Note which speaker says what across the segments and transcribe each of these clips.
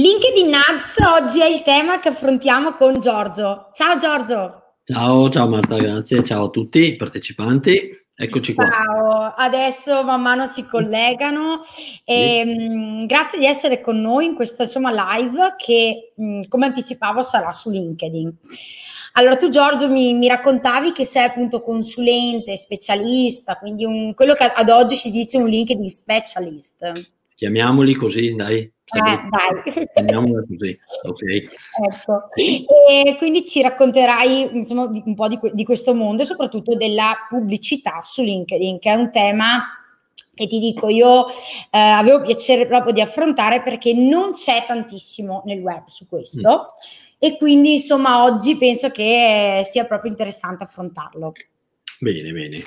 Speaker 1: LinkedIn Ads oggi è il tema che affrontiamo con Giorgio. Ciao Giorgio.
Speaker 2: Ciao Marta, grazie, ciao a tutti i partecipanti, eccoci qua.
Speaker 1: Ciao, adesso man mano si collegano e grazie di essere con noi in questa live che come anticipavo sarà su LinkedIn. Allora tu Giorgio mi raccontavi che sei appunto consulente, specialista, quindi quello che ad oggi si dice un LinkedIn specialist.
Speaker 2: Chiamiamoli così, dai.
Speaker 1: Dai.
Speaker 2: Chiamiamola così, ok.
Speaker 1: Ecco, e quindi ci racconterai insomma un po' di questo mondo e soprattutto della pubblicità su LinkedIn, che è un tema che ti dico io avevo piacere proprio di affrontare perché non c'è tantissimo nel web su questo e quindi insomma oggi penso che sia proprio interessante affrontarlo.
Speaker 2: Bene.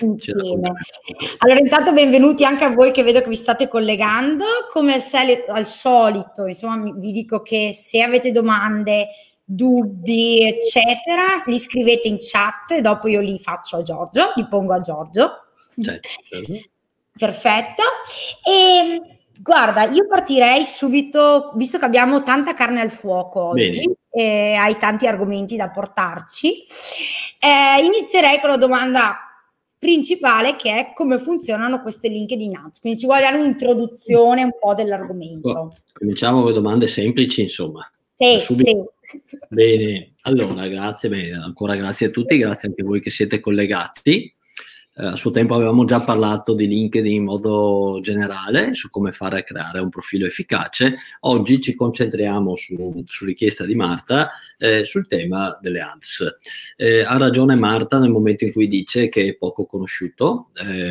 Speaker 1: Allora intanto benvenuti anche a voi che vedo che vi state collegando. Come al solito, insomma, vi dico che se avete domande, dubbi, eccetera, li scrivete in chat e dopo io li faccio a Giorgio, li pongo a Giorgio.
Speaker 2: Certo.
Speaker 1: Perfetto. E guarda, io partirei subito, visto che abbiamo tanta carne al fuoco oggi e hai tanti argomenti da portarci, inizierei con la domanda principale che è come funzionano queste LinkedIn Ads. Quindi ci vuole dare un'introduzione un po' dell'argomento.
Speaker 2: Cominciamo con domande semplici, insomma.
Speaker 1: Sì.
Speaker 2: Bene, allora grazie, ancora grazie a tutti, grazie anche a voi che siete collegati. A suo tempo avevamo già parlato di LinkedIn in modo generale, su come fare a creare un profilo efficace. Oggi ci concentriamo su richiesta di Marta sul tema delle ads. Ha ragione Marta nel momento in cui dice che è poco conosciuto,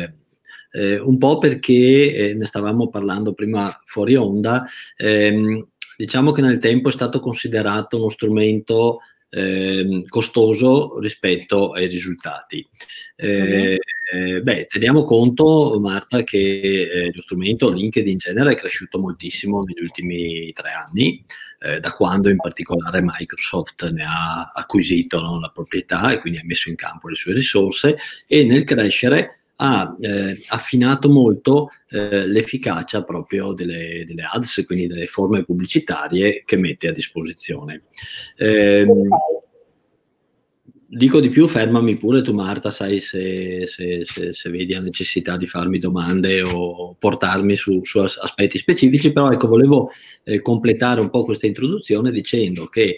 Speaker 2: un po' perché ne stavamo parlando prima fuori onda, diciamo che nel tempo è stato considerato uno strumento costoso rispetto ai risultati. Teniamo conto, Marta, che lo strumento LinkedIn in genere è cresciuto moltissimo negli ultimi 3 anni, da quando in particolare Microsoft ne ha acquisito la proprietà e quindi ha messo in campo le sue risorse, e nel crescere ha affinato molto l'efficacia proprio delle ads, quindi delle forme pubblicitarie che mette a disposizione. Dico di più, fermami pure tu Marta, sai se vedi la necessità di farmi domande o portarmi su aspetti specifici, però ecco, volevo completare un po' questa introduzione dicendo che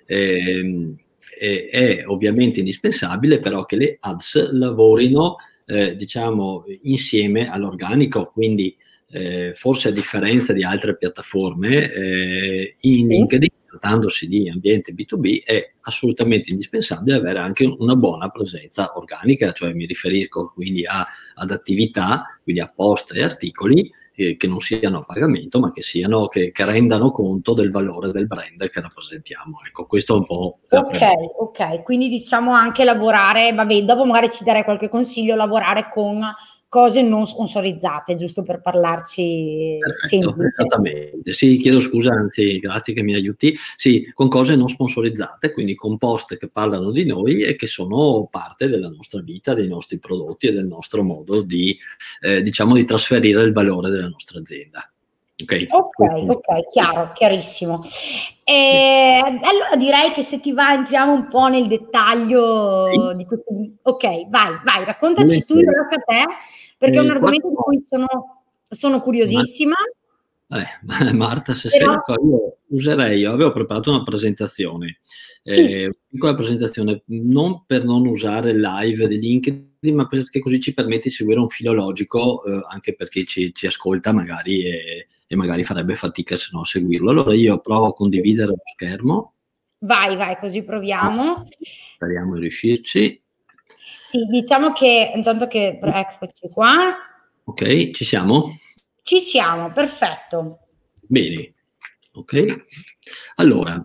Speaker 2: è ovviamente indispensabile però che le ads lavorino diciamo insieme all'organico, quindi forse a differenza di altre piattaforme in LinkedIn, trattandosi di ambiente B2B, è assolutamente indispensabile avere anche una buona presenza organica, cioè mi riferisco quindi ad attività, quindi a post e articoli che non siano a pagamento, ma che rendano conto del valore del brand che rappresentiamo. Ecco, questo è un po'...
Speaker 1: Ok, quindi diciamo anche lavorare, vabbè, dopo magari ci darei qualche consiglio, lavorare con cose non sponsorizzate, giusto per parlarci semplice.
Speaker 2: Esattamente, sì, chiedo scusa, anzi grazie che mi aiuti, sì, con cose non sponsorizzate, quindi con post che parlano di noi e che sono parte della nostra vita, dei nostri prodotti e del nostro modo di, diciamo, di trasferire il valore della nostra azienda.
Speaker 1: Ok, chiaro, chiarissimo. Allora direi che se ti va entriamo un po' nel dettaglio di questo. Ok, vai, raccontaci tu, io lascio a te, perché è un argomento di cui sono curiosissima.
Speaker 2: Marta, se sei d'accordo, io avevo preparato una presentazione, una piccola presentazione, non per non usare live di LinkedIn, ma perché così ci permette di seguire un filo logico anche per chi ci ascolta magari e magari farebbe fatica se no a seguirlo. Allora io provo a condividere lo schermo.
Speaker 1: Vai, così proviamo.
Speaker 2: Speriamo di riuscirci.
Speaker 1: Sì, diciamo che intanto che eccoci qua.
Speaker 2: Ok, ci siamo?
Speaker 1: Ci siamo, perfetto.
Speaker 2: Bene, ok. Allora,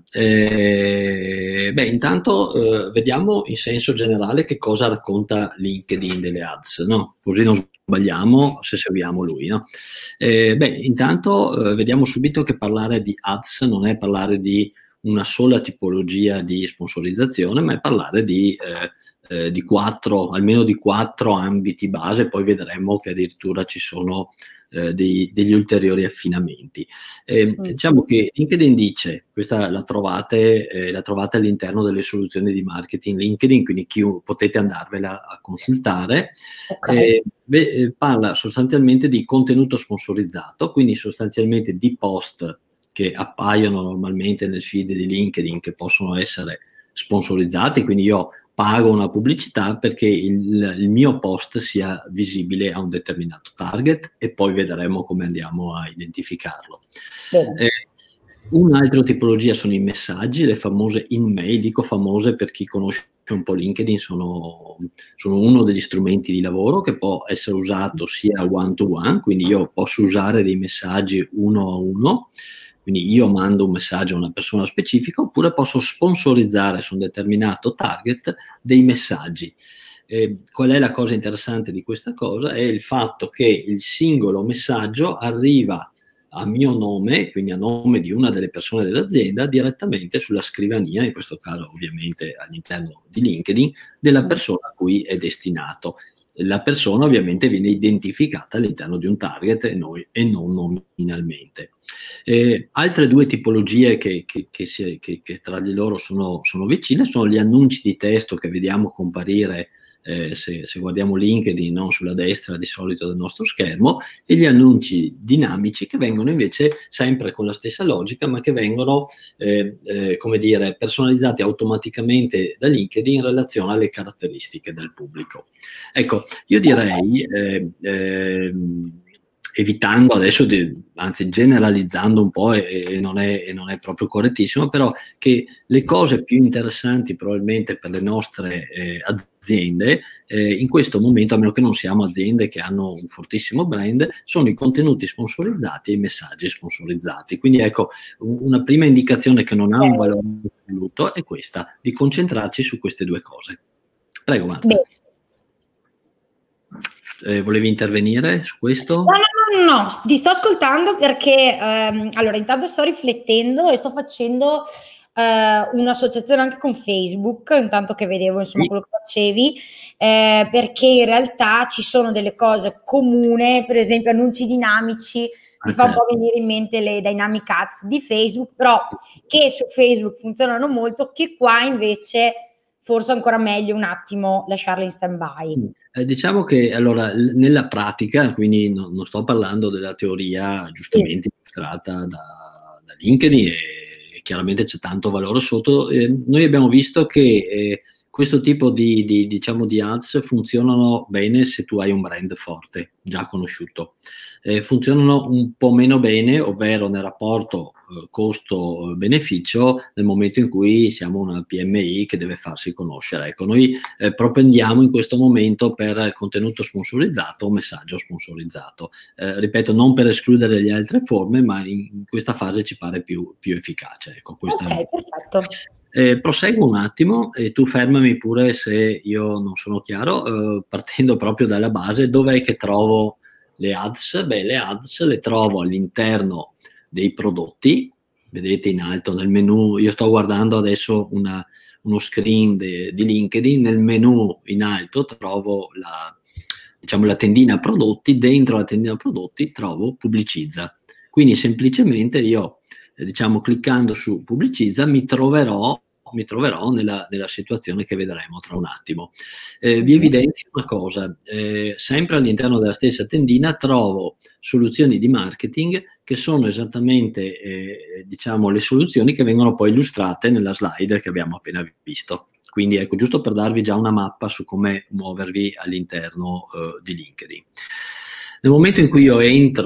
Speaker 2: intanto vediamo in senso generale che cosa racconta LinkedIn delle ads, no? Così non sbagliamo se seguiamo lui, no? Intanto vediamo subito che parlare di ads non è parlare di una sola tipologia di sponsorizzazione, ma è parlare di almeno di 4 ambiti base, poi vedremo che addirittura ci sono degli ulteriori affinamenti. Diciamo che LinkedIn dice, questa la trovate all'interno delle soluzioni di marketing LinkedIn, quindi potete andarvela a consultare.
Speaker 1: Okay.
Speaker 2: Parla sostanzialmente di contenuto sponsorizzato, quindi sostanzialmente di post che appaiono normalmente nel feed di LinkedIn, che possono essere sponsorizzati, quindi io pago una pubblicità perché il mio post sia visibile a un determinato target, e poi vedremo come andiamo a identificarlo. Un'altra tipologia sono i messaggi, le famose in-mail. Dico famose per chi conosce un po' LinkedIn, sono uno degli strumenti di lavoro che può essere usato sia one to one, quindi io posso usare dei messaggi uno a uno, quindi io mando un messaggio a una persona specifica, oppure posso sponsorizzare su un determinato target dei messaggi. Qual è la cosa interessante di questa cosa? È il fatto che il singolo messaggio arriva a mio nome, quindi a nome di una delle persone dell'azienda, direttamente sulla scrivania, in questo caso ovviamente all'interno di LinkedIn, della persona a cui è destinato. La persona ovviamente viene identificata all'interno di un target e non nominalmente. Altre due tipologie che tra di loro sono vicine sono gli annunci di testo che vediamo comparire se guardiamo LinkedIn, non sulla destra di solito del nostro schermo, e gli annunci dinamici che vengono invece sempre con la stessa logica, ma che vengono come dire, personalizzati automaticamente da LinkedIn in relazione alle caratteristiche del pubblico. Ecco, io direi evitando adesso, anzi generalizzando un po', e non è proprio correttissimo, però che le cose più interessanti probabilmente per le nostre aziende in questo momento, a meno che non siamo aziende che hanno un fortissimo brand, sono i contenuti sponsorizzati e i messaggi sponsorizzati. Quindi ecco, una prima indicazione che non ha un valore assoluto è questa, di concentrarci su queste due cose. Prego, Marta. Volevi intervenire su questo?
Speaker 1: No, ti sto ascoltando perché allora intanto sto riflettendo e sto facendo un'associazione anche con Facebook, intanto che vedevo insomma quello che facevi, perché in realtà ci sono delle cose comuni, per esempio annunci dinamici, mi fa un po' venire in mente le Dynamic Ads di Facebook, però che su Facebook funzionano molto, che qua invece forse ancora meglio un attimo lasciarle in stand-by.
Speaker 2: Diciamo che allora nella pratica, quindi non sto parlando della teoria giustamente illustrata da LinkedIn, e chiaramente c'è tanto valore sotto, noi abbiamo visto che questo tipo diciamo di ads funzionano bene se tu hai un brand forte, già conosciuto. Funzionano un po' meno bene, ovvero nel rapporto costo-beneficio, nel momento in cui siamo una PMI che deve farsi conoscere. Ecco, noi propendiamo in questo momento per contenuto sponsorizzato o messaggio sponsorizzato. Ripeto, non per escludere le altre forme, ma in questa fase ci pare più efficace. Ecco,
Speaker 1: ok, perfetto.
Speaker 2: Proseguo un attimo e tu fermami pure se io non sono chiaro, partendo proprio dalla base. Dov'è che trovo le ads? Beh, le ads le trovo all'interno dei prodotti, vedete in alto nel menu. Io sto guardando adesso uno screen di LinkedIn. Nel menu in alto trovo la tendina prodotti. Dentro la tendina prodotti trovo pubblicizza, quindi semplicemente io cliccando su pubblicizza mi troverò nella situazione che vedremo tra un attimo. Vi evidenzio una cosa, sempre all'interno della stessa tendina trovo soluzioni di marketing che sono esattamente le soluzioni che vengono poi illustrate nella slide che abbiamo appena visto. Quindi ecco, giusto per darvi già una mappa su come muovervi all'interno di LinkedIn. Nel momento in cui io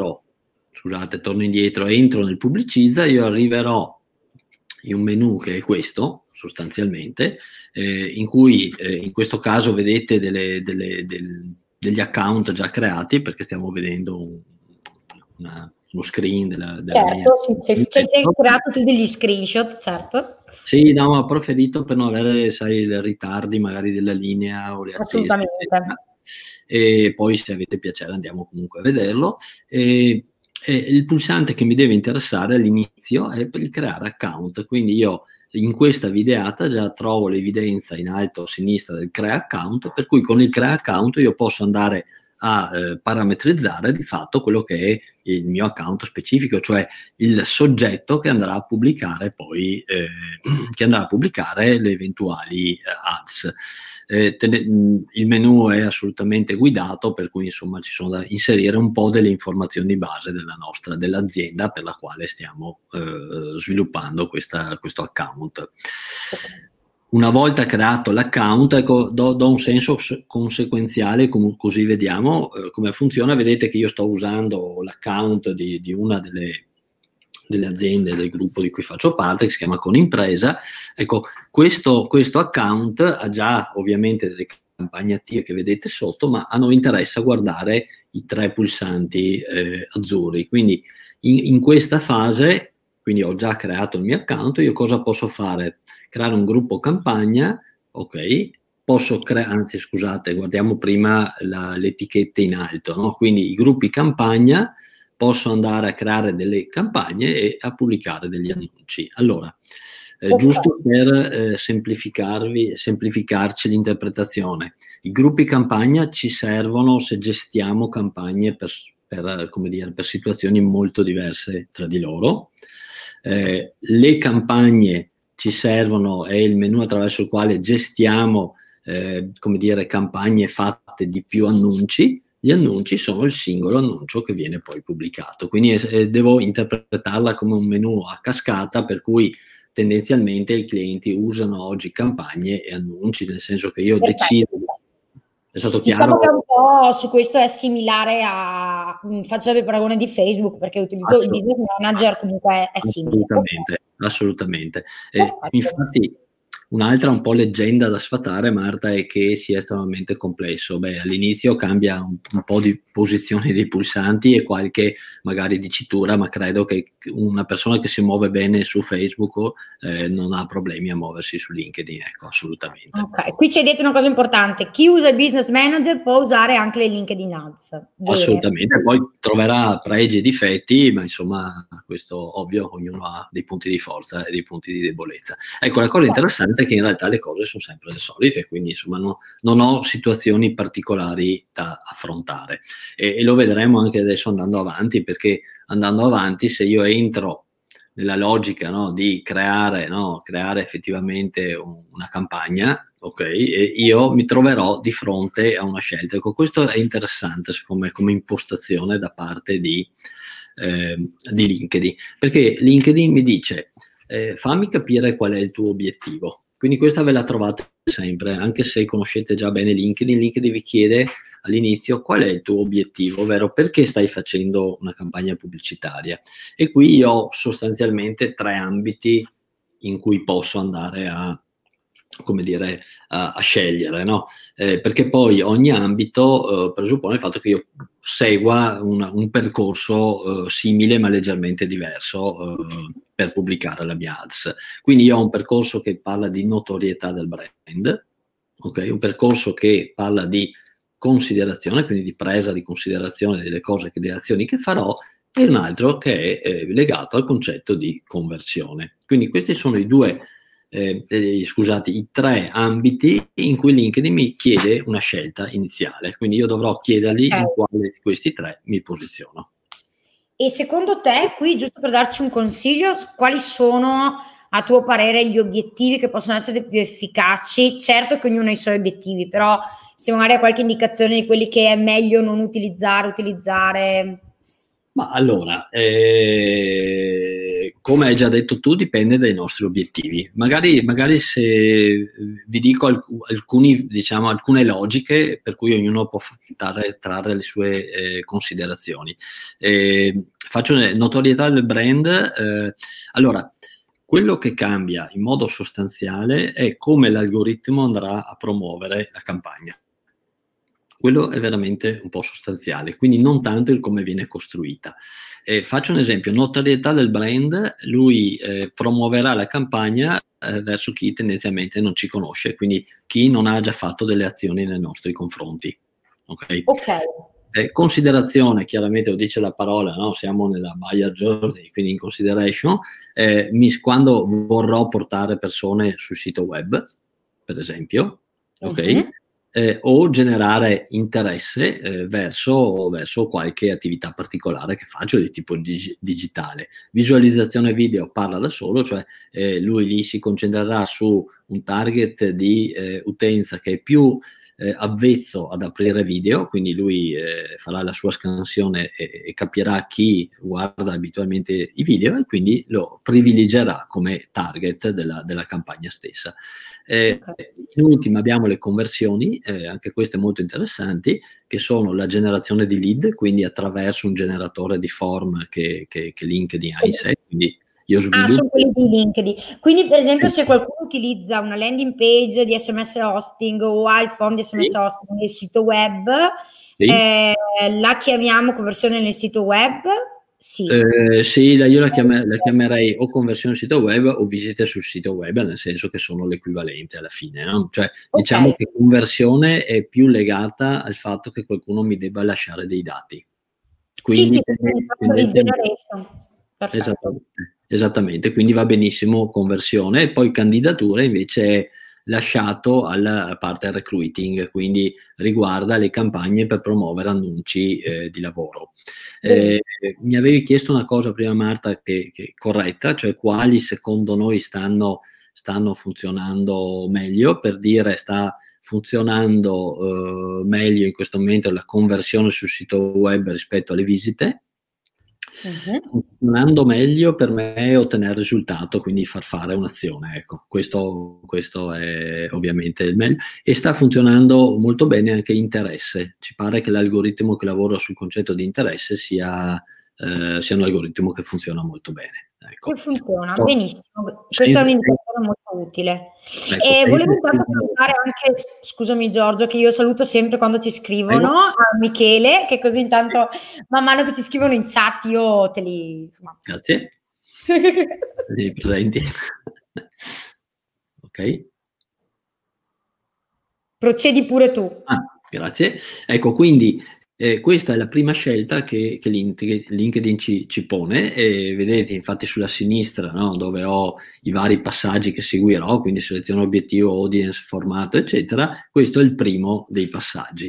Speaker 2: torno indietro, entro nel pubblicizza, io arriverò in un menu che è questo, sostanzialmente, in cui in questo caso vedete degli account già creati, perché stiamo vedendo uno screen della
Speaker 1: certo, mia... Sì, c'hai creato tu degli screenshot, certo.
Speaker 2: Sì, no, ma ho preferito per non avere, sai, i ritardi magari della linea o le attese.
Speaker 1: Assolutamente.
Speaker 2: E poi se avete piacere andiamo comunque a vederlo. Il pulsante che mi deve interessare all'inizio è per il creare account, quindi io in questa videata già trovo l'evidenza in alto a sinistra del crea account, per cui con il crea account io posso andare a parametrizzare di fatto quello che è il mio account specifico, cioè il soggetto che andrà a pubblicare poi che andrà a pubblicare le eventuali ads. Il menu è assolutamente guidato, per cui insomma ci sono da inserire un po' delle informazioni base dell'azienda per la quale stiamo sviluppando questo account. Una volta creato l'account, ecco, do un senso conseguenziale, così vediamo come funziona. Vedete che io sto usando l'account di una delle aziende del gruppo di cui faccio parte, che si chiama Conimpresa. Ecco, questo account ha già ovviamente delle campagne attive che vedete sotto, ma a noi interessa guardare i 3 pulsanti azzurri. Quindi in questa fase, quindi ho già creato il mio account, io cosa posso fare? Creare un gruppo campagna, ok, posso anzi scusate, guardiamo prima l'etichetta in alto, no? Quindi i gruppi campagna, posso andare a creare delle campagne e a pubblicare degli annunci. Allora, giusto per semplificarci l'interpretazione, i gruppi campagna ci servono se gestiamo campagne come dire, per situazioni molto diverse tra di loro. Le campagne ci servono, è il menu attraverso il quale gestiamo come dire, campagne fatte di più annunci. Gli annunci sono il singolo annuncio che viene poi pubblicato, quindi devo interpretarla come un menu a cascata, per cui tendenzialmente i clienti usano oggi campagne e annunci, nel senso che io decido. È stato chiaro?
Speaker 1: Diciamo che un po' su questo è similare faccio il paragone di Facebook, perché utilizzo il Business Manager, comunque è simile.
Speaker 2: Assolutamente. Infatti un'altra un po' leggenda da sfatare, Marta, è che sia estremamente complesso. All'inizio cambia un po' di posizione dei pulsanti e qualche magari dicitura, ma credo che una persona che si muove bene su Facebook non ha problemi a muoversi su LinkedIn, ecco, assolutamente.
Speaker 1: Ok, qui ci hai detto una cosa importante: chi usa il Business Manager può usare anche le LinkedIn Ads. Bene.
Speaker 2: Assolutamente, poi troverà pregi e difetti, ma insomma questo ovvio, ognuno ha dei punti di forza e dei punti di debolezza. Ecco, la cosa interessante è che in realtà le cose sono sempre le solite, quindi insomma non ho situazioni particolari da affrontare e lo vedremo anche adesso andando avanti, perché andando avanti, se io entro nella logica, no, di creare effettivamente una campagna, ok, e io mi troverò di fronte a una scelta. Ecco, questo è interessante come impostazione da parte di LinkedIn, perché LinkedIn mi dice fammi capire qual è il tuo obiettivo. Quindi questa ve la trovate sempre, anche se conoscete già bene LinkedIn. LinkedIn vi chiede all'inizio qual è il tuo obiettivo, ovvero perché stai facendo una campagna pubblicitaria. E qui io ho sostanzialmente 3 ambiti in cui posso andare a scegliere, no? Perché poi ogni ambito presuppone il fatto che io segua un percorso simile ma leggermente diverso per pubblicare la mia ads. Quindi io ho un percorso che parla di notorietà del brand, okay? Un percorso che parla di considerazione, quindi di presa di considerazione delle cose, delle azioni che farò, e un altro che è legato al concetto di conversione. Quindi questi sono i 3 ambiti in cui LinkedIn mi chiede una scelta iniziale, quindi io dovrò chiedergli in quale di questi 3 mi posiziono.
Speaker 1: E secondo te, qui, giusto per darci un consiglio, quali sono a tuo parere gli obiettivi che possono essere più efficaci? Certo che ognuno ha i suoi obiettivi, però se magari hai qualche indicazione di quelli che è meglio non utilizzare.
Speaker 2: Ma allora, come hai già detto tu, dipende dai nostri obiettivi. Magari se vi dico alcune logiche per cui ognuno può trarre le sue considerazioni. Faccio notorietà del brand. Allora, quello che cambia in modo sostanziale è come l'algoritmo andrà a promuovere la campagna. Quello è veramente un po' sostanziale, quindi non tanto il come viene costruita. Faccio un esempio: notorietà del brand, lui promuoverà la campagna verso chi tendenzialmente non ci conosce, quindi chi non ha già fatto delle azioni nei nostri confronti. Ok. Considerazione, chiaramente lo dice la parola, no? Siamo nella buyer journey, quindi in consideration, quando vorrò portare persone sul sito web, per esempio, ok? o generare interesse verso qualche attività particolare che faccio di tipo digitale. Visualizzazione video parla da solo, cioè lui lì si concentrerà su un target di utenza che è più avvezzo ad aprire video, quindi lui farà la sua scansione e capirà chi guarda abitualmente i video e quindi lo privilegerà come target della campagna stessa. In ultima abbiamo le conversioni, anche queste molto interessanti, che sono la generazione di lead, quindi attraverso un generatore di form che LinkedIn ha in sé, quindi io sviluppo.
Speaker 1: Sono quelli di LinkedIn. Quindi, per esempio, se qualcuno utilizza una landing page di SMS hosting o ha il form di SMS hosting nel sito web, la chiamiamo conversione nel sito web? Sì.
Speaker 2: Io la chiamerei o conversione sito web o visite sul sito web, nel senso che sono l'equivalente alla fine, no? Cioè, diciamo che conversione è più legata al fatto che qualcuno mi debba lasciare dei dati. Quindi, esattamente, quindi va benissimo conversione, e poi candidatura invece è lasciato alla parte recruiting, quindi riguarda le campagne per promuovere annunci di lavoro. Mi avevi chiesto una cosa prima, Marta, che è corretta, cioè quali secondo noi stanno funzionando meglio. Per dire, sta funzionando meglio in questo momento la conversione sul sito web rispetto alle visite. Funzionando meglio per me è ottenere risultato, quindi far fare un'azione, ecco, questo è ovviamente il meglio, e sta funzionando molto bene anche interesse. Ci pare che l'algoritmo che lavora sul concetto di interesse sia un algoritmo che funziona molto bene, ecco.
Speaker 1: Che funziona benissimo, questa è un'indicazione molto utile. Ecco, e volevo intanto salutare anche, scusami Giorgio, che io saluto sempre quando ci scrivono, a Michele, che così intanto man mano che ci scrivono in chat io te li... Insomma.
Speaker 2: Grazie. Li presenti. Ok.
Speaker 1: Procedi pure tu.
Speaker 2: Grazie. Ecco, quindi questa è la prima scelta che LinkedIn ci pone, e vedete infatti sulla sinistra, no, dove ho i vari passaggi che seguirò, quindi seleziono obiettivo, audience, formato, eccetera. Questo è il primo dei passaggi.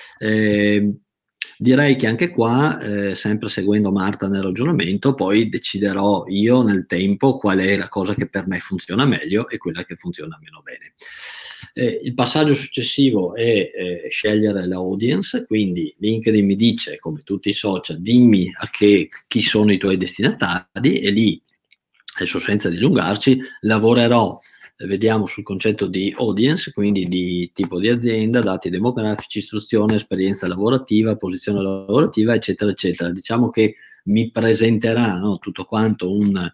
Speaker 2: Direi che anche qua, sempre seguendo Marta nel ragionamento, poi deciderò io nel tempo qual è la cosa che per me funziona meglio e quella che funziona meno bene. Il passaggio successivo è scegliere l'audience, quindi LinkedIn mi dice, come tutti i social, dimmi chi sono i tuoi destinatari, e lì, adesso senza dilungarci, lavorerò, vediamo sul concetto di audience, quindi di tipo di azienda, dati demografici, istruzione, esperienza lavorativa, posizione lavorativa, eccetera, eccetera. Diciamo che mi presenterà, no, tutto quanto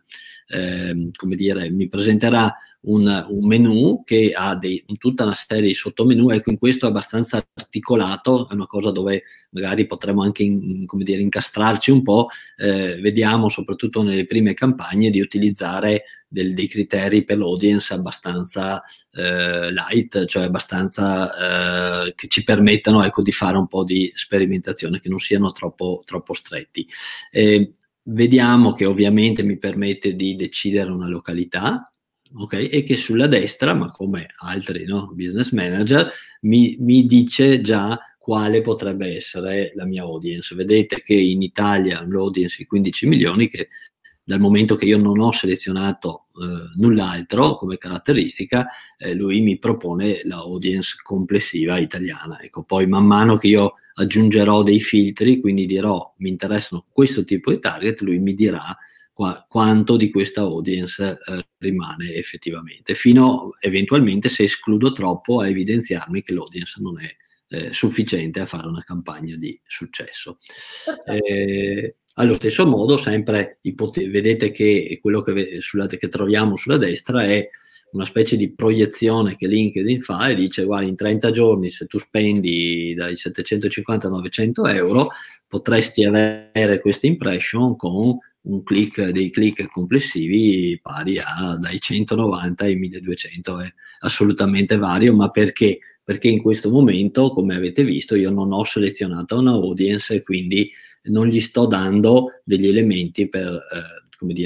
Speaker 2: mi presenterà un menu che ha tutta una serie di sottomenu. Ecco, in questo è abbastanza articolato, è una cosa dove magari potremo anche incastrarci un po'. Vediamo soprattutto nelle prime campagne di utilizzare dei criteri per l'audience abbastanza light, cioè abbastanza che ci permettano, ecco, di fare un po' di sperimentazione, che non siano troppo stretti. Vediamo che ovviamente mi permette di decidere una località, ok, e che sulla destra, ma come altri, no, business manager, mi dice già quale potrebbe essere la mia audience. Vedete che in Italia l'audience è 15 milioni, che dal momento che io non ho selezionato null'altro come caratteristica, lui mi propone l'audience complessiva italiana. Ecco, poi man mano che io aggiungerò dei filtri, quindi dirò mi interessano questo tipo di target, lui mi dirà quanto di questa audience rimane effettivamente, fino eventualmente, se escludo troppo, a evidenziarmi che l'audience non è sufficiente a fare una campagna di successo. Allo stesso modo, sempre vedete che quello che troviamo sulla destra è una specie di proiezione che LinkedIn fa e dice: guarda, in 30 giorni se tu spendi dai 750 a 900 euro potresti avere questa impression con dei click complessivi pari a dai 190 ai 1200. È assolutamente vario, ma perché? Perché in questo momento, come avete visto, io non ho selezionato una audience e quindi non gli sto dando degli elementi per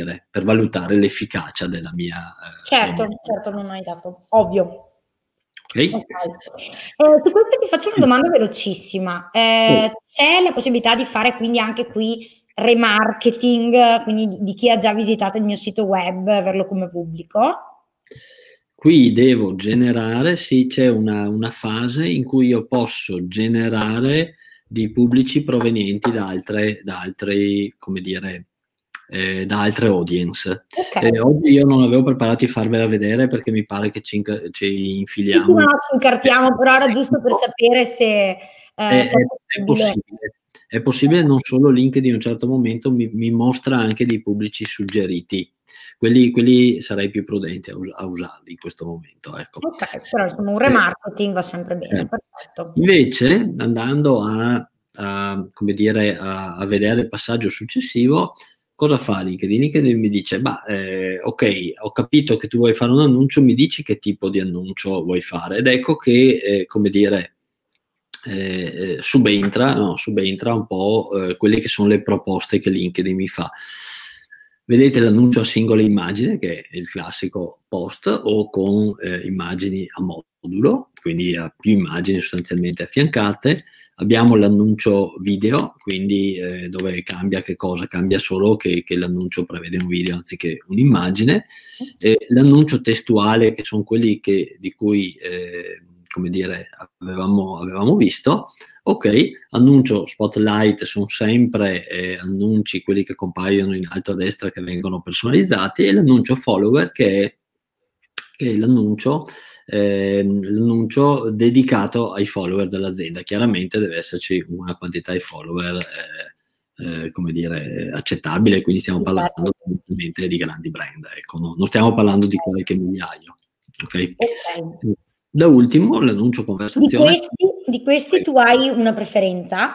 Speaker 2: valutare l'efficacia della mia...
Speaker 1: Certo, non hai dato, ovvio.
Speaker 2: Ok?
Speaker 1: Su questo ti faccio una domanda velocissima. C'è la possibilità di fare quindi anche qui remarketing, quindi di chi ha già visitato il mio sito web, averlo come pubblico?
Speaker 2: Qui devo generare, sì, c'è una fase in cui io posso generare dei pubblici provenienti da altre, come dire, da altre audience.
Speaker 1: Ok.
Speaker 2: Oggi io non avevo preparato di farvela vedere perché mi pare che ci
Speaker 1: Sì, sì,
Speaker 2: infiliamo
Speaker 1: no,
Speaker 2: in...
Speaker 1: no, ci incartiamo, però era giusto per sapere se
Speaker 2: È,
Speaker 1: se è
Speaker 2: è
Speaker 1: possibile.
Speaker 2: possibile. È possibile, non solo LinkedIn a un certo momento mi mostra anche dei pubblici suggeriti. Quelli sarei più prudente a usarli in questo momento. Ecco.
Speaker 1: Ok, però insomma un
Speaker 2: Eh,
Speaker 1: remarketing va sempre bene, perfetto.
Speaker 2: Invece, andando come dire, a vedere il passaggio successivo, cosa fa LinkedIn? LinkedIn mi dice, ok, ho capito che tu vuoi fare un annuncio, mi dici che tipo di annuncio vuoi fare? Ed ecco che, come dire, subentra un po' quelle che sono le proposte che LinkedIn mi fa. Vedete l'annuncio a singola immagine, che è il classico post, o con immagini a modulo, quindi a più immagini sostanzialmente affiancate. Abbiamo l'annuncio video, quindi dove cambia che cosa? Cambia solo che l'annuncio prevede un video anziché un'immagine. L'annuncio testuale, che sono quelli di cui come dire, avevamo visto. Ok, annuncio spotlight, sono sempre annunci, quelli che compaiono in alto a destra, che vengono personalizzati, e l'annuncio follower, che è l'annuncio dedicato ai follower dell'azienda. Chiaramente deve esserci una quantità di follower come dire, accettabile, quindi stiamo parlando ovviamente di grandi brand, ecco, non stiamo parlando di qualche migliaio. Okay?
Speaker 1: Ok.
Speaker 2: Da ultimo, l'annuncio conversazione.
Speaker 1: Di questi tu hai una preferenza?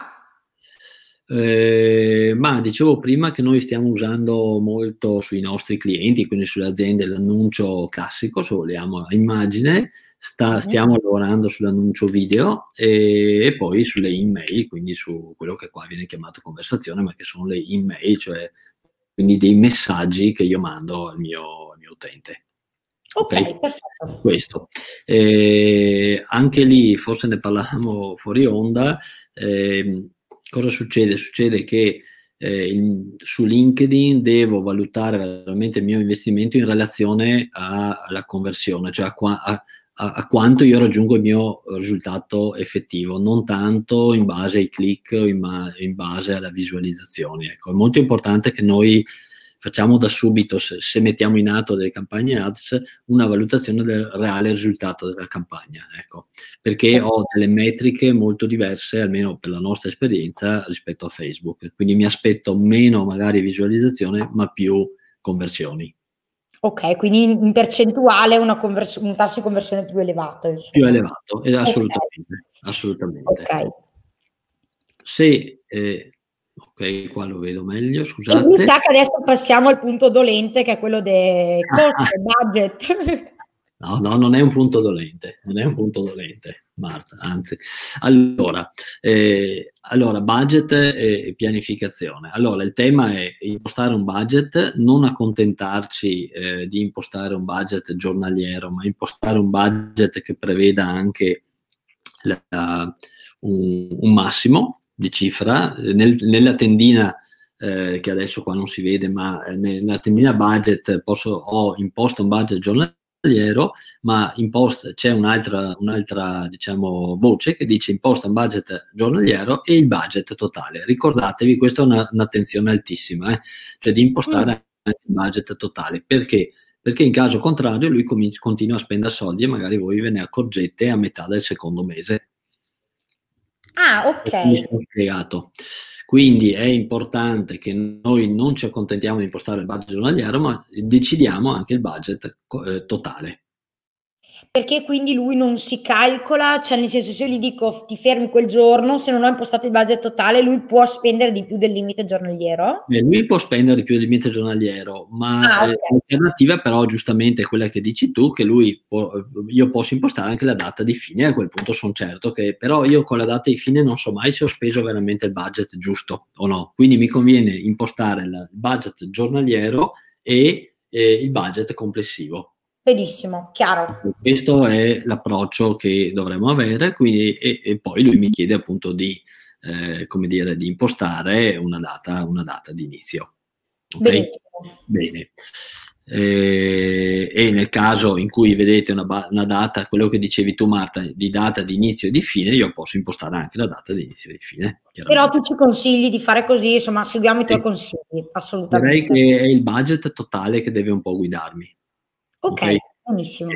Speaker 2: Ma dicevo prima che noi stiamo usando molto sui nostri clienti, quindi sulle aziende, l'annuncio classico, se vogliamo, a immagine. Stiamo lavorando sull'annuncio video e poi sulle email, quindi su quello che qua viene chiamato conversazione, ma che sono le email, cioè quindi dei messaggi che io mando al mio utente.
Speaker 1: Ok, perfetto.
Speaker 2: Questo. Anche lì, forse ne parlavamo fuori onda, cosa succede? Succede che su LinkedIn devo valutare veramente il mio investimento in relazione alla conversione, cioè a quanto io raggiungo il mio risultato effettivo, non tanto in base ai click o in base alla visualizzazione. Ecco, è molto importante che noi facciamo da subito, se mettiamo in atto delle campagne ads, una valutazione del reale risultato della campagna, ecco, perché ho delle metriche molto diverse, almeno per la nostra esperienza, rispetto a Facebook. Quindi mi aspetto meno magari visualizzazione, ma più conversioni.
Speaker 1: Ok, quindi in percentuale un tasso di conversione più elevato,
Speaker 2: Più
Speaker 1: insomma.
Speaker 2: elevato, assolutamente, assolutamente.
Speaker 1: Ok.
Speaker 2: Se, ok, qua lo vedo meglio,
Speaker 1: E mi
Speaker 2: scusate.
Speaker 1: sa che adesso passiamo al punto dolente, che è quello dei costi e budget.
Speaker 2: No, no, non è un punto dolente, non è un punto dolente, Marta, anzi. Allora, budget e pianificazione. Allora, il tema è impostare un budget, non accontentarci di impostare un budget giornaliero, ma impostare un budget che preveda anche un massimo di cifra. Nella tendina che adesso qua non si vede, ma nella tendina budget ho imposto un budget giornaliero, ma c'è un'altra diciamo, voce che dice imposta un budget giornaliero e il budget totale. Ricordatevi, questa è un'attenzione altissima, cioè di impostare anche il budget totale. Perché? Perché in caso contrario lui continua a spendere soldi e magari voi ve ne accorgete a metà del secondo mese.
Speaker 1: Ah, ok.
Speaker 2: Mi sono spiegato. Quindi è importante che noi non ci accontentiamo di impostare il budget giornaliero, ma decidiamo anche il budget totale.
Speaker 1: Perché quindi lui non si calcola, cioè nel senso se io gli dico ti fermi quel giorno, se non ho impostato il budget totale, lui può spendere di più del limite giornaliero?
Speaker 2: Lui può spendere di più del limite giornaliero, ma
Speaker 1: Ah, ok.
Speaker 2: l'alternativa però giustamente è quella che dici tu, che io posso impostare anche la data di fine, a quel punto sono certo che, però io con la data di fine non so mai se ho speso veramente il budget giusto o no, quindi mi conviene impostare il budget giornaliero e il budget complessivo.
Speaker 1: Benissimo, chiaro.
Speaker 2: Questo è l'approccio che dovremmo avere, quindi, e poi lui mi chiede appunto di, come dire, di impostare una data di inizio. Ok?
Speaker 1: Benissimo.
Speaker 2: Bene. E nel caso in cui vedete una data, quello che dicevi tu Marta, di data di inizio e di fine, io posso impostare anche la data di inizio e di fine.
Speaker 1: Però tu ci consigli di fare così, insomma, seguiamo i tuoi consigli,
Speaker 2: Direi
Speaker 1: assolutamente.
Speaker 2: che è il budget totale che deve un po' guidarmi.
Speaker 1: Ok,
Speaker 2: Ok?
Speaker 1: benissimo.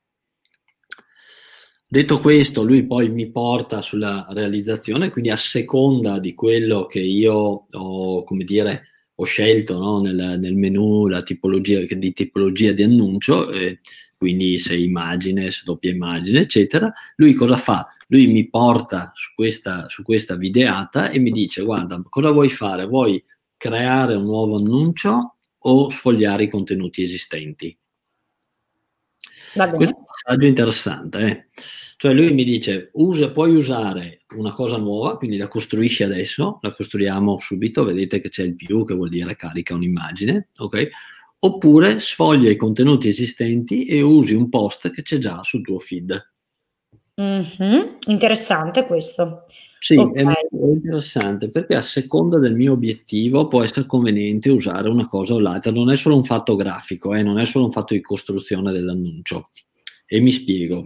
Speaker 2: Detto questo, lui poi mi porta sulla realizzazione, quindi a seconda di quello che io ho, come dire, ho scelto, no, nel menu, la tipologia di annuncio, quindi se immagine, se doppia immagine, eccetera, lui cosa fa? Lui mi porta su questa videata e mi dice: guarda, cosa vuoi fare? Vuoi creare un nuovo annuncio o sfogliare i contenuti esistenti?
Speaker 1: Va
Speaker 2: Questo
Speaker 1: bene.
Speaker 2: è un passaggio interessante, eh. Cioè lui mi dice, puoi usare una cosa nuova, quindi la costruisci adesso, la costruiamo subito, vedete che c'è il più, che vuol dire carica un'immagine, ok? Oppure sfoglia i contenuti esistenti e usi un post che c'è già sul tuo feed.
Speaker 1: Interessante questo.
Speaker 2: Sì,
Speaker 1: Ok.
Speaker 2: è molto interessante perché a seconda del mio obiettivo può essere conveniente usare una cosa o l'altra, non è solo un fatto grafico, non è solo un fatto di costruzione dell'annuncio. E mi spiego.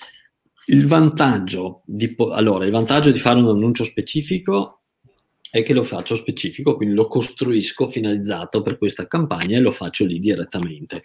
Speaker 2: Il vantaggio di fare un annuncio specifico è che lo faccio specifico, quindi lo costruisco finalizzato per questa campagna e lo faccio lì direttamente.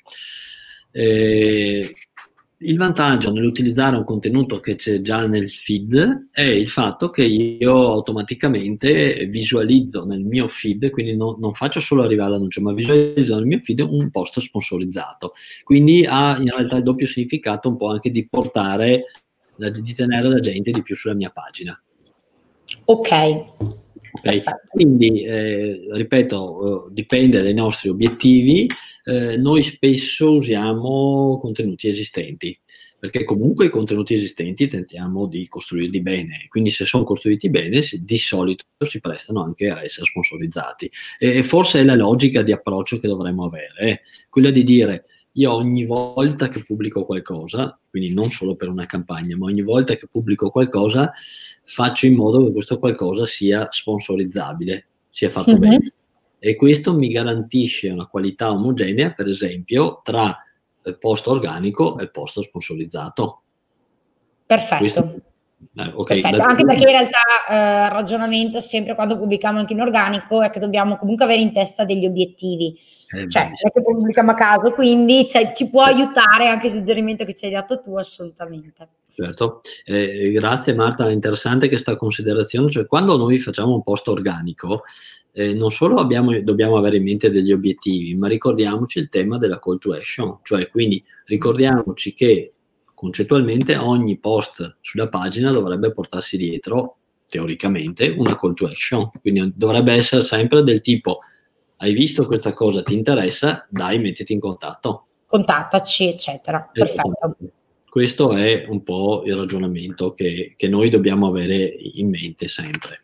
Speaker 2: Il vantaggio nell'utilizzare un contenuto che c'è già nel feed è il fatto che io automaticamente visualizzo nel mio feed, quindi non faccio solo arrivare l'annuncio, ma visualizzo nel mio feed un post sponsorizzato. Quindi ha in realtà il doppio significato un po' anche di portare, di tenere la gente di più sulla mia pagina.
Speaker 1: Ok.
Speaker 2: Okay? Quindi, ripeto, dipende dai nostri obiettivi. Noi spesso usiamo contenuti esistenti, perché comunque i contenuti esistenti tentiamo di costruirli bene, quindi se sono costruiti bene di solito si prestano anche a essere sponsorizzati. E forse è la logica di approccio che dovremmo avere, quella di dire: io ogni volta che pubblico qualcosa, quindi non solo per una campagna, ma ogni volta che pubblico qualcosa, faccio in modo che questo qualcosa sia sponsorizzabile, sia fatto bene. E questo mi garantisce una qualità omogenea, per esempio, tra post organico e post sponsorizzato.
Speaker 1: Perfetto.
Speaker 2: Questo, okay,
Speaker 1: Perfetto. Anche perché in realtà il ragionamento sempre quando pubblichiamo anche in organico è che dobbiamo comunque avere in testa degli obiettivi, cioè non è che pubblichiamo a caso, quindi ci può aiutare anche il suggerimento che ci hai dato tu, assolutamente.
Speaker 2: Certo, grazie Marta, è interessante questa considerazione, cioè quando noi facciamo un post organico non solo dobbiamo avere in mente degli obiettivi, ma ricordiamoci il tema della call to action, cioè quindi ricordiamoci che concettualmente ogni post sulla pagina dovrebbe portarsi dietro, teoricamente, una call to action, quindi dovrebbe essere sempre del tipo: hai visto questa cosa, ti interessa? Dai, mettiti in contatto.
Speaker 1: Contattaci, eccetera. Perfetto.
Speaker 2: Questo è un po' il ragionamento che noi dobbiamo avere in mente sempre.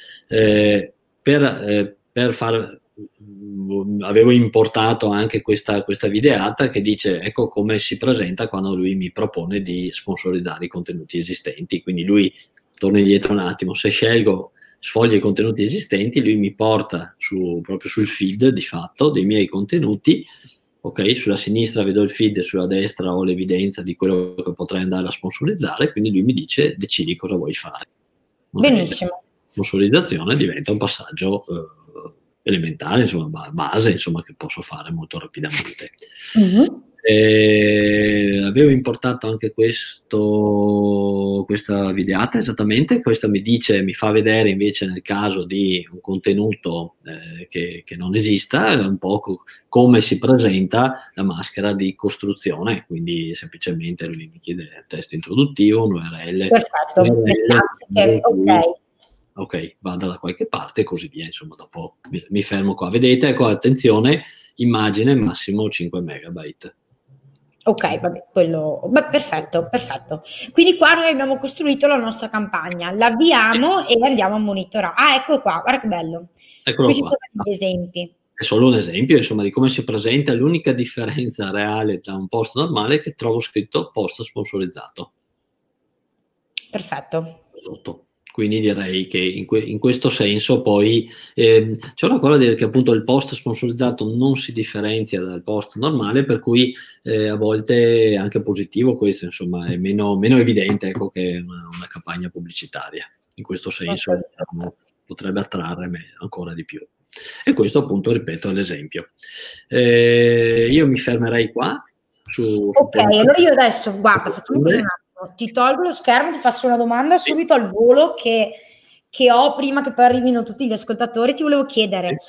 Speaker 2: Avevo importato anche questa videata che dice: ecco come si presenta quando lui mi propone di sponsorizzare i contenuti esistenti. Quindi lui, torna indietro un attimo, se scelgo sfoglio i contenuti esistenti, lui mi porta proprio sul feed di fatto dei miei contenuti. Ok, sulla sinistra vedo il feed, sulla destra ho l'evidenza di quello che potrei andare a sponsorizzare, quindi lui mi dice: decidi cosa vuoi fare. Okay.
Speaker 1: Benissimo.
Speaker 2: La sponsorizzazione diventa un passaggio elementare, insomma, base, insomma, che posso fare molto rapidamente. Avevo importato anche questa videata, esattamente. Questa mi fa vedere invece, nel caso di un contenuto che non esista, un po' come si presenta la maschera di costruzione, quindi semplicemente lui mi chiede testo introduttivo, un URL.
Speaker 1: Perfetto, le classiche, ok.
Speaker 2: Ok, vada da qualche parte e così via, insomma, dopo mi fermo qua. Vedete, ecco, attenzione, immagine massimo 5 megabyte.
Speaker 1: Ok, vabbè, perfetto, perfetto. Quindi qua noi abbiamo costruito la nostra campagna, l'avviamo e andiamo a monitorare. Ah, ecco qua, guarda che bello.
Speaker 2: Eccolo
Speaker 1: Qui ci
Speaker 2: qua.
Speaker 1: sono gli esempi.
Speaker 2: È solo un esempio, insomma, di come si presenta. L'unica differenza reale da un post normale è che trovo scritto post sponsorizzato.
Speaker 1: Perfetto.
Speaker 2: Sotto. Quindi direi che in questo senso poi c'è una cosa da dire, che appunto il post sponsorizzato non si differenzia dal post normale, per cui a volte è anche positivo questo, insomma, è meno evidente, ecco, che una campagna pubblicitaria. In questo senso, diciamo, potrebbe attrarre ancora di più. E questo appunto, ripeto, è l'esempio. Io mi fermerei qua.
Speaker 1: Ok, allora io adesso, guarda, facciamo così un attimo, ti tolgo lo schermo, ti faccio una domanda subito al volo che ho prima che poi arrivino tutti gli ascoltatori. Ti volevo chiedere,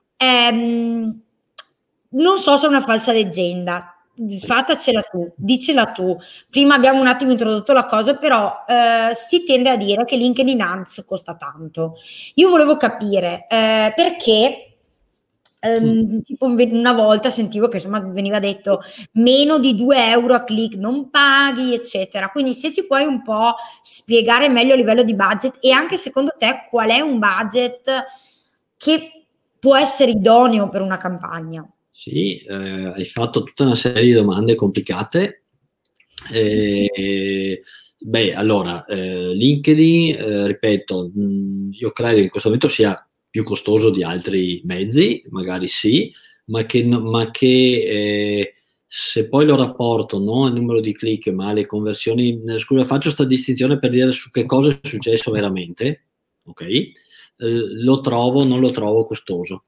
Speaker 1: non so se è una falsa leggenda, fatacela tu, dicela tu. Prima abbiamo un attimo introdotto la cosa, però si tende a dire che LinkedIn Ads costa tanto. Io volevo capire perché. Tipo una volta sentivo che insomma veniva detto meno di 2 euro a click non paghi, eccetera. Quindi se ci puoi un po' spiegare meglio a livello di budget, e anche secondo te qual è un budget che può essere idoneo per una campagna?
Speaker 2: Sì, hai fatto tutta una serie di domande complicate. Allora, LinkedIn, ripeto, io credo che in questo momento sia più costoso di altri mezzi, magari sì, ma che se poi lo rapporto non al numero di click ma alle conversioni, scusa, faccio questa distinzione per dire su che cosa è successo veramente, ok? Non lo trovo costoso.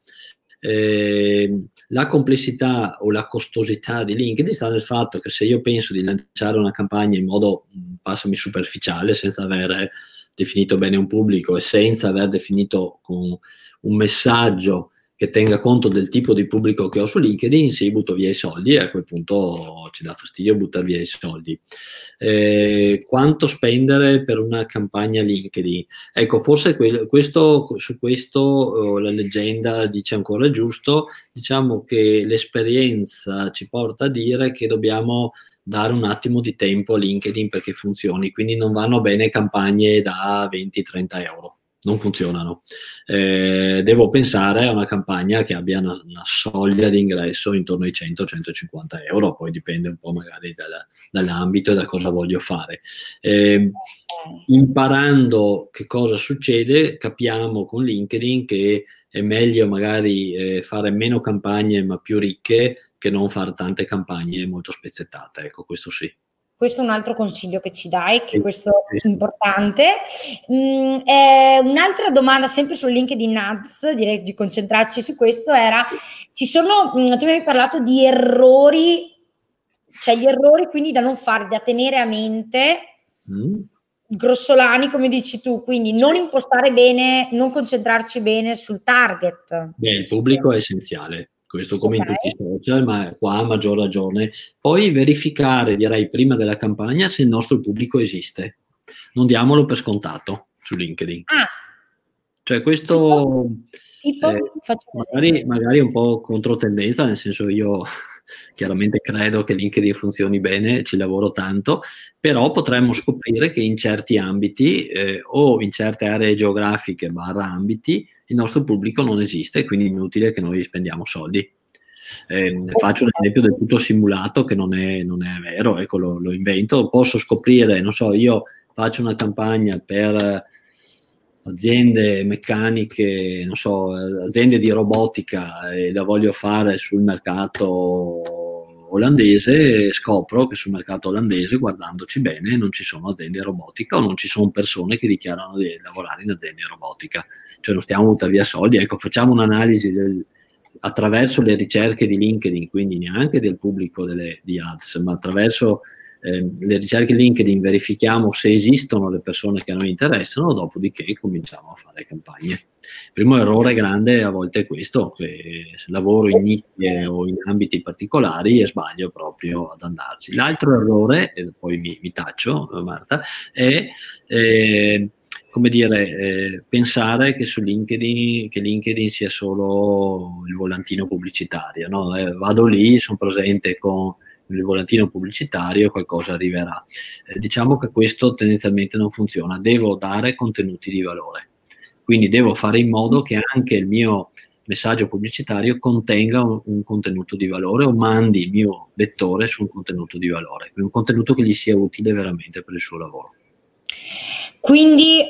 Speaker 2: La complessità o la costosità di LinkedIn sta nel fatto che se io penso di lanciare una campagna in modo, passami, superficiale, senza aver definito bene un pubblico e senza aver definito con un messaggio che tenga conto del tipo di pubblico che ho su LinkedIn, sì, butto via i soldi e a quel punto ci dà fastidio buttare via i soldi. Quanto spendere per una campagna LinkedIn? Ecco, forse su questo la leggenda dice ancora giusto. Diciamo che l'esperienza ci porta a dire che dobbiamo dare un attimo di tempo a LinkedIn perché funzioni, quindi non vanno bene campagne da 20-30 euro, non funzionano. Devo pensare a una campagna che abbia una soglia di ingresso intorno ai 100-150 euro, poi dipende un po' magari dall'ambito e da cosa voglio fare. Imparando che cosa succede, capiamo con LinkedIn che è meglio magari fare meno campagne ma più ricche che non fare tante campagne molto spezzettate, ecco, questo sì.
Speaker 1: Questo è un altro consiglio che ci dai, che questo è importante. Un'altra domanda, sempre su LinkedIn Ads, direi di concentrarci su questo, era, tu mi avevi parlato di errori, cioè gli errori quindi da non fare, da tenere a mente, grossolani come dici tu, quindi non impostare bene, non concentrarci bene sul target.
Speaker 2: Beh, il pubblico è essenziale. Questo come in tutti i social, ma qua a maggior ragione. Poi verificare, direi, prima della campagna se il nostro pubblico esiste. Non diamolo per scontato su LinkedIn. Cioè questo magari un po' controtendenza, nel senso io chiaramente credo che LinkedIn funzioni bene, ci lavoro tanto, però potremmo scoprire che in certi ambiti o in certe aree geografiche / ambiti il nostro pubblico non esiste, quindi è inutile che noi spendiamo soldi. Faccio un esempio del tutto simulato che non è vero, ecco, lo invento. Posso scoprire, non so, io faccio una campagna per aziende meccaniche, non so, aziende di robotica e la voglio fare sul mercato olandese, e scopro che sul mercato olandese, guardandoci bene, non ci sono aziende robotica o non ci sono persone che dichiarano di lavorare in aziende robotica. Cioè non stiamo buttando via soldi, ecco, facciamo un'analisi attraverso le ricerche di LinkedIn, quindi neanche del pubblico di ads, ma attraverso le ricerche LinkedIn verifichiamo se esistono le persone che a noi interessano, dopodiché cominciamo a fare campagne. Il primo errore grande a volte è questo, che lavoro in nicchie o in ambiti particolari e sbaglio proprio ad andarci. L'altro errore, e poi mi taccio, Marta, è come dire, pensare che su LinkedIn sia solo il volantino pubblicitario, no? Vado lì, sono presente con il volantino pubblicitario, qualcosa arriverà. Diciamo che questo tendenzialmente non funziona, devo dare contenuti di valore, quindi devo fare in modo che anche il mio messaggio pubblicitario contenga un contenuto di valore o mandi il mio lettore su un contenuto di valore, un contenuto che gli sia utile veramente per il suo lavoro.
Speaker 1: Quindi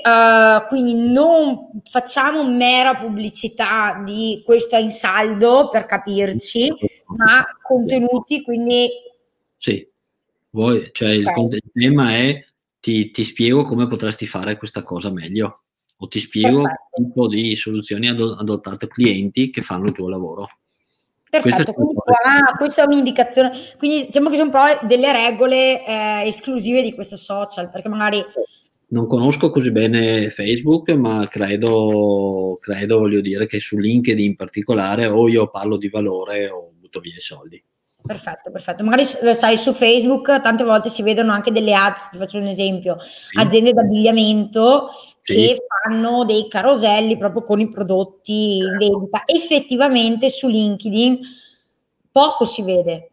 Speaker 1: non facciamo mera pubblicità di questo è in saldo, per capirci, ma contenuti, quindi...
Speaker 2: Sì, cioè il tema è ti spiego come potresti fare questa cosa meglio, o ti spiego che tipo di soluzioni adottate clienti che fanno il tuo lavoro.
Speaker 1: Perfetto, quindi questa è un'indicazione, quindi diciamo che sono però delle regole esclusive di questo social, perché magari...
Speaker 2: Non conosco così bene Facebook, ma credo, voglio dire, che su LinkedIn in particolare o io parlo di valore o butto via i soldi.
Speaker 1: Perfetto, perfetto. Magari sai, su Facebook tante volte si vedono anche delle ads, ti faccio un esempio, aziende d'abbigliamento che fanno dei caroselli proprio con i prodotti in vendita. Effettivamente su LinkedIn poco si vede.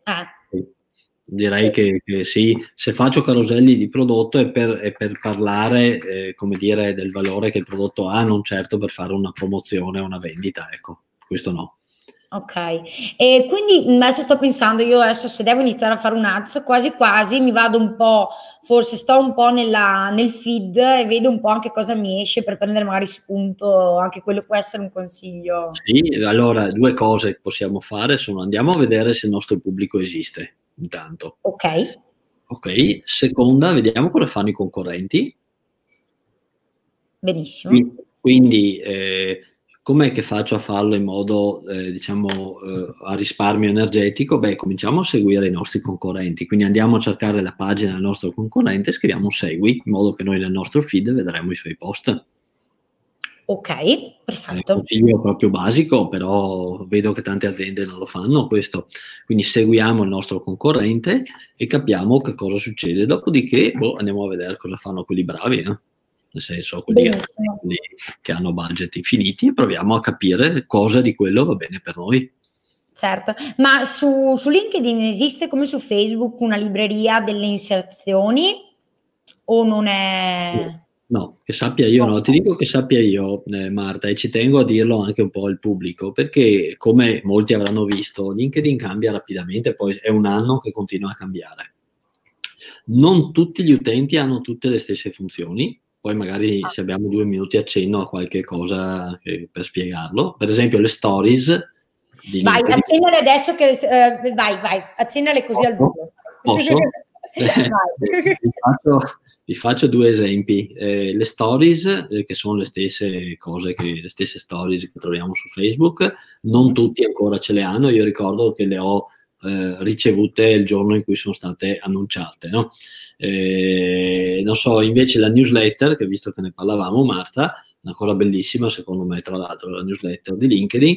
Speaker 2: Direi che sì, se faccio caroselli di prodotto è per parlare, come dire, del valore che il prodotto ha, non certo per fare una promozione o una vendita, ecco, questo no.
Speaker 1: Ok, e quindi adesso sto pensando, io adesso se devo iniziare a fare un ads, quasi quasi mi vado un po', forse sto un po' nel feed e vedo un po' anche cosa mi esce per prendere magari spunto, anche quello può essere un consiglio.
Speaker 2: Sì, allora due cose che possiamo fare sono andiamo a vedere se il nostro pubblico esiste, intanto.
Speaker 1: Ok.
Speaker 2: Ok, seconda, vediamo cosa fanno i concorrenti.
Speaker 1: Benissimo.
Speaker 2: Quindi com'è che faccio a farlo in modo, diciamo, a risparmio energetico? Beh, cominciamo a seguire i nostri concorrenti, quindi andiamo a cercare la pagina del nostro concorrente e scriviamo segui, in modo che noi nel nostro feed vedremo i suoi post.
Speaker 1: Ok, perfetto.
Speaker 2: È un consiglio proprio basico, però vedo che tante aziende non lo fanno questo. Quindi seguiamo il nostro concorrente e capiamo che cosa succede. Dopodiché andiamo a vedere cosa fanno quelli bravi, nel senso quelli che hanno budget infiniti, e proviamo a capire cosa di quello va bene per noi.
Speaker 1: Certo, ma su LinkedIn esiste come su Facebook una libreria delle inserzioni o non è...
Speaker 2: No, che sappia io, no, ti dico che sappia io, Marta, e ci tengo a dirlo anche un po' al pubblico, perché come molti avranno visto, LinkedIn cambia rapidamente, poi è un anno che continua a cambiare. Non tutti gli utenti hanno tutte le stesse funzioni, poi magari se abbiamo 2 minuti accenno a qualche cosa per spiegarlo. Per esempio le stories di LinkedIn.
Speaker 1: Vai, accennale adesso che... vai, accennale così al volo.
Speaker 2: Posso? Vi faccio due esempi. Le stories, che sono le stesse cose, le stesse stories che troviamo su Facebook, non tutti ancora ce le hanno. Io ricordo che le ho ricevute il giorno in cui sono state annunciate, no? Non so, invece la newsletter, che visto che ne parlavamo, Marta, una cosa bellissima secondo me, tra l'altro, la newsletter di LinkedIn,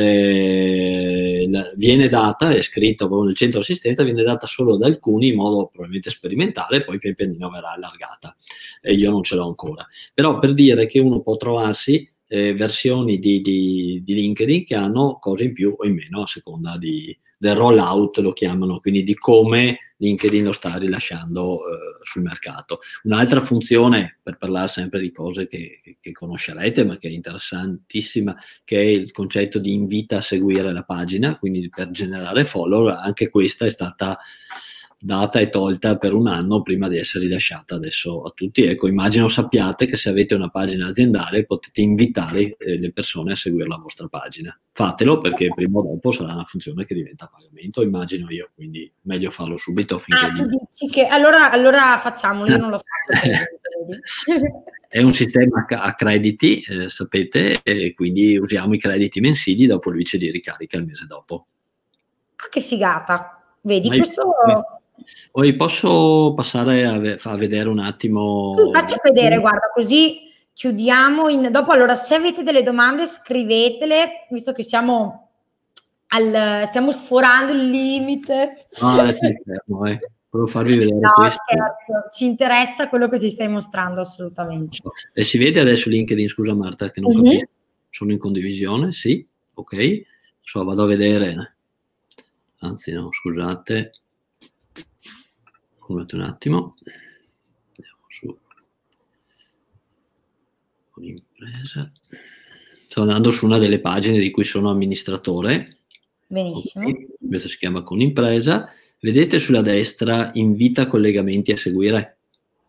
Speaker 2: viene data, è scritto proprio nel centro assistenza, viene data solo da alcuni in modo probabilmente sperimentale, poi pian pianino verrà allargata. Io non ce l'ho ancora. Però per dire che uno può trovarsi versioni di LinkedIn che hanno cose in più o in meno a seconda del rollout, lo chiamano, quindi di come LinkedIn lo sta rilasciando sul mercato. Un'altra funzione, per parlare sempre di cose che conoscerete, ma che è interessantissima, che è il concetto di invita a seguire la pagina, quindi per generare follower, anche questa è stata data e tolta per un anno prima di essere rilasciata adesso a tutti. Ecco, immagino sappiate che se avete una pagina aziendale potete invitare le persone a seguire la vostra pagina. Fatelo, perché prima o dopo sarà una funzione che diventa a pagamento, immagino io, quindi meglio farlo subito.
Speaker 1: Tu dici che allora facciamolo, io non l'ho fatto.
Speaker 2: È un sistema a crediti, sapete, e quindi usiamo i crediti mensili, dopodiché li ricarica il mese dopo.
Speaker 1: Ah, che figata! Vedi, questo...
Speaker 2: Poi posso passare a vedere un attimo?
Speaker 1: Sì, faccio vedere, guarda, così chiudiamo. Dopo, allora, se avete delle domande, scrivetele, visto che stiamo sforando il limite.
Speaker 2: Volevo farvi vedere
Speaker 1: No,
Speaker 2: questo.
Speaker 1: scherzo, ci interessa quello che ci stai mostrando, assolutamente.
Speaker 2: E si vede adesso LinkedIn, scusa Marta, che non capisco. Sono in condivisione, sì, ok. Vado a vedere. Anzi no, scusate. Scusate un attimo. Andiamo su. Con impresa. sto andando su una delle pagine di cui sono amministratore.
Speaker 1: Benissimo.
Speaker 2: Okay. Questa si chiama Con Impresa. Vedete sulla destra invita collegamenti a seguire.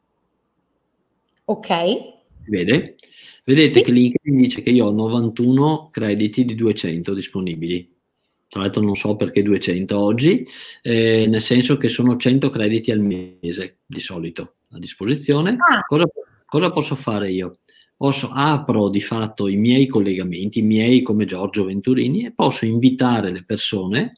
Speaker 1: Ok.
Speaker 2: Vedete sì. Che LinkedIn dice che io ho 91 crediti di 200 disponibili. Tra l'altro non so perché 200 oggi, nel senso che sono 100 crediti al mese di solito a disposizione. Cosa posso fare io? Apro di fatto i miei collegamenti, i miei come Giorgio Venturini, e posso invitare le persone.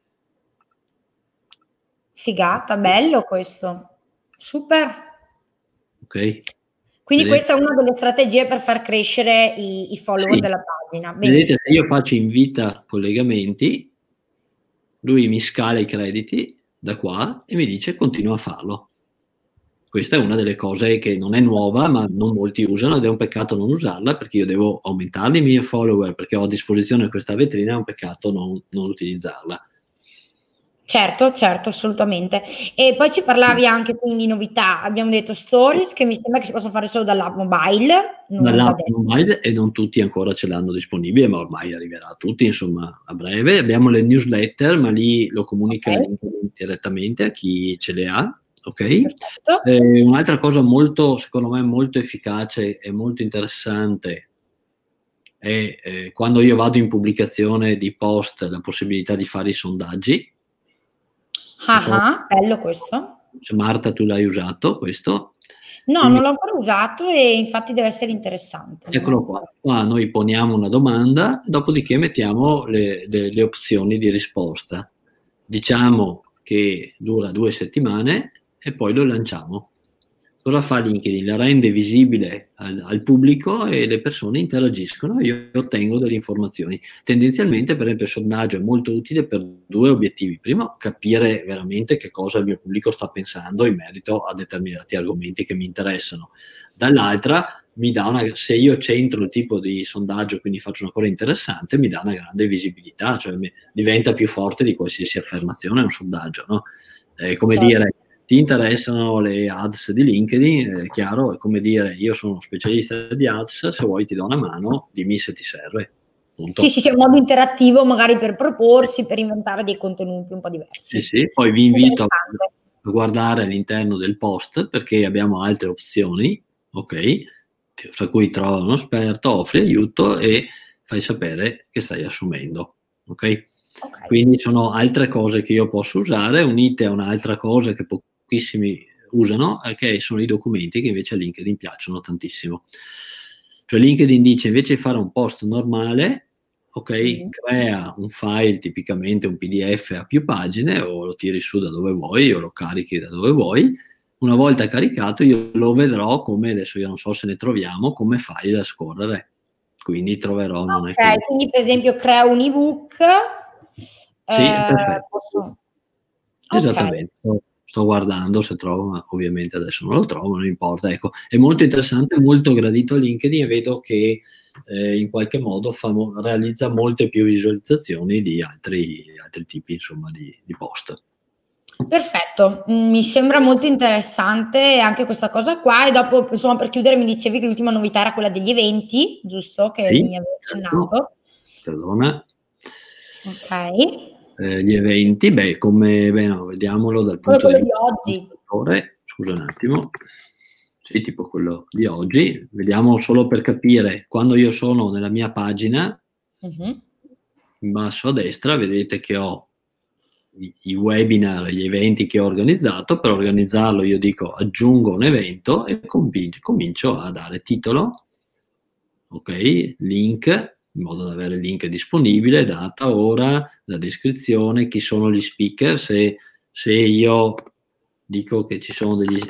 Speaker 1: Figata, bello questo. Super.
Speaker 2: Ok.
Speaker 1: Quindi questa è una delle strategie per far crescere i follower della pagina. Benissimo.
Speaker 2: Vedete, se io faccio invita collegamenti, lui mi scala i crediti da qua e mi dice continua a farlo. Questa è una delle cose che non è nuova, ma non molti usano, ed è un peccato non usarla, perché io devo aumentare i miei follower, perché ho a disposizione questa vetrina, è un peccato non utilizzarla.
Speaker 1: Certo, assolutamente. E poi ci parlavi anche quindi di novità. Abbiamo detto stories, che mi sembra che si possa fare solo dall'app mobile.
Speaker 2: Dall'app mobile, e non tutti ancora ce l'hanno disponibile, ma ormai arriverà a tutti, insomma, a breve. Abbiamo le newsletter, ma lì lo comunica direttamente a chi ce le ha. Ok? Un'altra cosa secondo me, molto efficace e molto interessante è quando io vado in pubblicazione di post, la possibilità di fare i sondaggi.
Speaker 1: Bello questo.
Speaker 2: Se Marta, tu l'hai usato questo?
Speaker 1: No, non l'ho ancora usato e infatti deve essere interessante.
Speaker 2: Eccolo qua. Qua noi poniamo una domanda, dopodiché mettiamo le opzioni di risposta. Diciamo che dura 2 settimane e poi lo lanciamo. Cosa fa LinkedIn? La rende visibile al pubblico e le persone interagiscono e io ottengo delle informazioni. Tendenzialmente, per esempio, il sondaggio è molto utile per 2 obiettivi. Primo, capire veramente che cosa il mio pubblico sta pensando in merito a determinati argomenti che mi interessano. Dall'altra, se io centro il tipo di sondaggio, quindi faccio una cosa interessante, mi dà una grande visibilità, cioè diventa più forte di qualsiasi affermazione un sondaggio, no? Come dire, ti interessano le ads di LinkedIn, è chiaro, è come dire, io sono uno specialista di ads, se vuoi ti do una mano, dimmi se ti serve. Punto.
Speaker 1: Sì, c'è un modo interattivo magari per proporsi, per inventare dei contenuti un po' diversi.
Speaker 2: Sì, poi vi invito a guardare all'interno del post, perché abbiamo altre opzioni, ok? Fra cui trova uno esperto, offri aiuto e fai sapere che stai assumendo, ok? Quindi sono altre cose che io posso usare, unite a un'altra cosa che pochissimi usano, che sono i documenti, che invece a LinkedIn piacciono tantissimo. Cioè LinkedIn dice, invece di fare un post normale, ok, crea un file, tipicamente un PDF a più pagine, o lo tiri su da dove vuoi o lo carichi da dove vuoi. Una volta caricato io lo vedrò come, adesso io non so se ne troviamo, come file da scorrere. Quindi troverò...
Speaker 1: quindi per esempio creo un ebook.
Speaker 2: Sì, è perfetto. Esattamente. Sto guardando se trovo, ma ovviamente adesso non lo trovo, non importa. Ecco, è molto interessante, molto gradito LinkedIn, e vedo che in qualche modo realizza molte più visualizzazioni di altri tipi, insomma, di post.
Speaker 1: Perfetto, mi sembra molto interessante anche questa cosa qua. E dopo, insomma, per chiudere, mi dicevi che l'ultima novità era quella degli eventi, giusto? Che mi avevi accennato.
Speaker 2: Perdona.
Speaker 1: Ok.
Speaker 2: Gli eventi, vediamolo dal punto di vista. Scusa un attimo. Sì, tipo quello di oggi. Vediamo solo per capire. Quando io sono nella mia pagina, in basso a destra, vedete che ho i webinar, gli eventi che ho organizzato. Per organizzarlo io dico aggiungo un evento e comincio a dare titolo, ok, link, in modo da avere il link disponibile, data, ora, la descrizione, chi sono gli speaker, se io dico che ci sono degli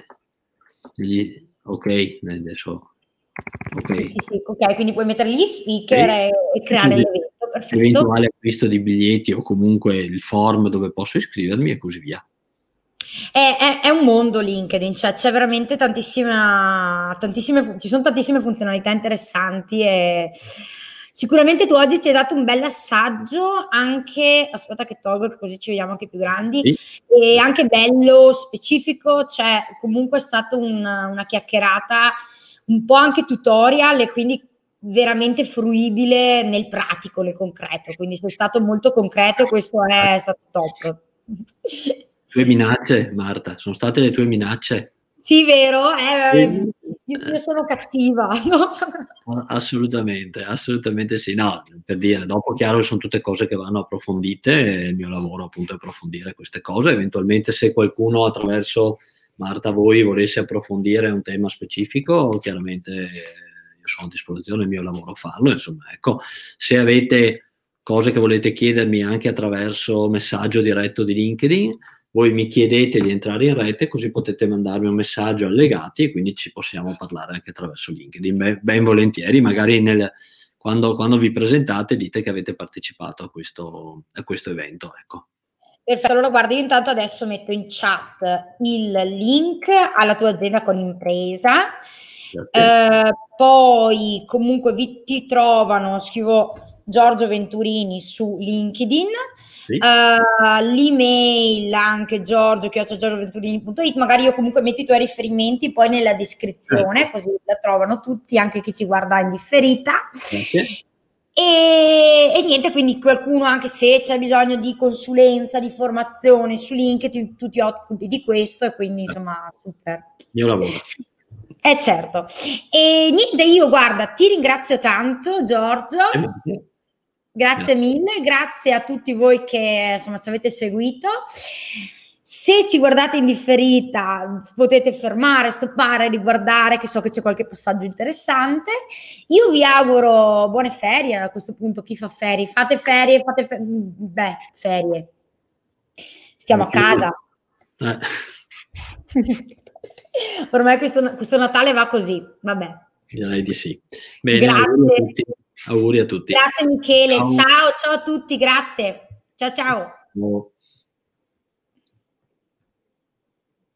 Speaker 2: ok, adesso
Speaker 1: Sì, ok, quindi puoi mettere gli speaker e creare l'evento, perfetto.
Speaker 2: Eventuale acquisto di biglietti o comunque il form dove posso iscrivermi e così via.
Speaker 1: È un mondo LinkedIn, cioè c'è veramente ci sono tantissime funzionalità interessanti e sicuramente tu oggi ci hai dato un bel assaggio, anche, aspetta che tolgo che così ci vediamo anche più grandi, e anche bello, specifico, cioè comunque è stata una chiacchierata un po' anche tutorial, e quindi veramente fruibile nel pratico, nel concreto, quindi sei stato molto concreto e questo è stato top.
Speaker 2: Tue minacce, Marta, sono state le tue minacce?
Speaker 1: Sì, vero? Io sono cattiva, no?
Speaker 2: Assolutamente, assolutamente sì. No, per dire, dopo chiaro sono tutte cose che vanno approfondite e il mio lavoro appunto è approfondire queste cose. Eventualmente se qualcuno attraverso Marta voi volesse approfondire un tema specifico, chiaramente io sono a disposizione, il mio lavoro farlo. Insomma, ecco, se avete cose che volete chiedermi anche attraverso messaggio diretto di LinkedIn, voi mi chiedete di entrare in rete, così potete mandarmi un messaggio allegati e quindi ci possiamo parlare anche attraverso LinkedIn. Ben volentieri, magari quando vi presentate dite che avete partecipato a questo evento. Ecco.
Speaker 1: Perfetto, allora guarda, io intanto adesso metto in chat il link alla tua azienda con impresa, poi comunque ti trovano, scrivo Giorgio Venturini su LinkedIn, sì. L'email anche giorgio@giorgioventurini.it, magari io comunque metto i tuoi riferimenti poi nella descrizione, così la trovano tutti, anche chi ci guarda in differita. Grazie. E niente, quindi qualcuno, anche se c'è bisogno di consulenza, di formazione su LinkedIn, tu ti occupi di questo e quindi insomma super.
Speaker 2: Mio lavoro.
Speaker 1: Certo. E niente, io guarda, ti ringrazio tanto Giorgio. Grazie mille, grazie a tutti voi che insomma ci avete seguito. Se ci guardate in differita potete fermare, stoppare, riguardare, che so che c'è qualche passaggio interessante. Io vi auguro buone ferie a questo punto, chi fa ferie? Fate ferie, ferie. Stiamo a casa. Ormai questo Natale va così, vabbè.
Speaker 2: Direi di sì. Bene, grazie. Auguri a tutti.
Speaker 1: Grazie Michele, ciao a tutti, grazie. Ciao.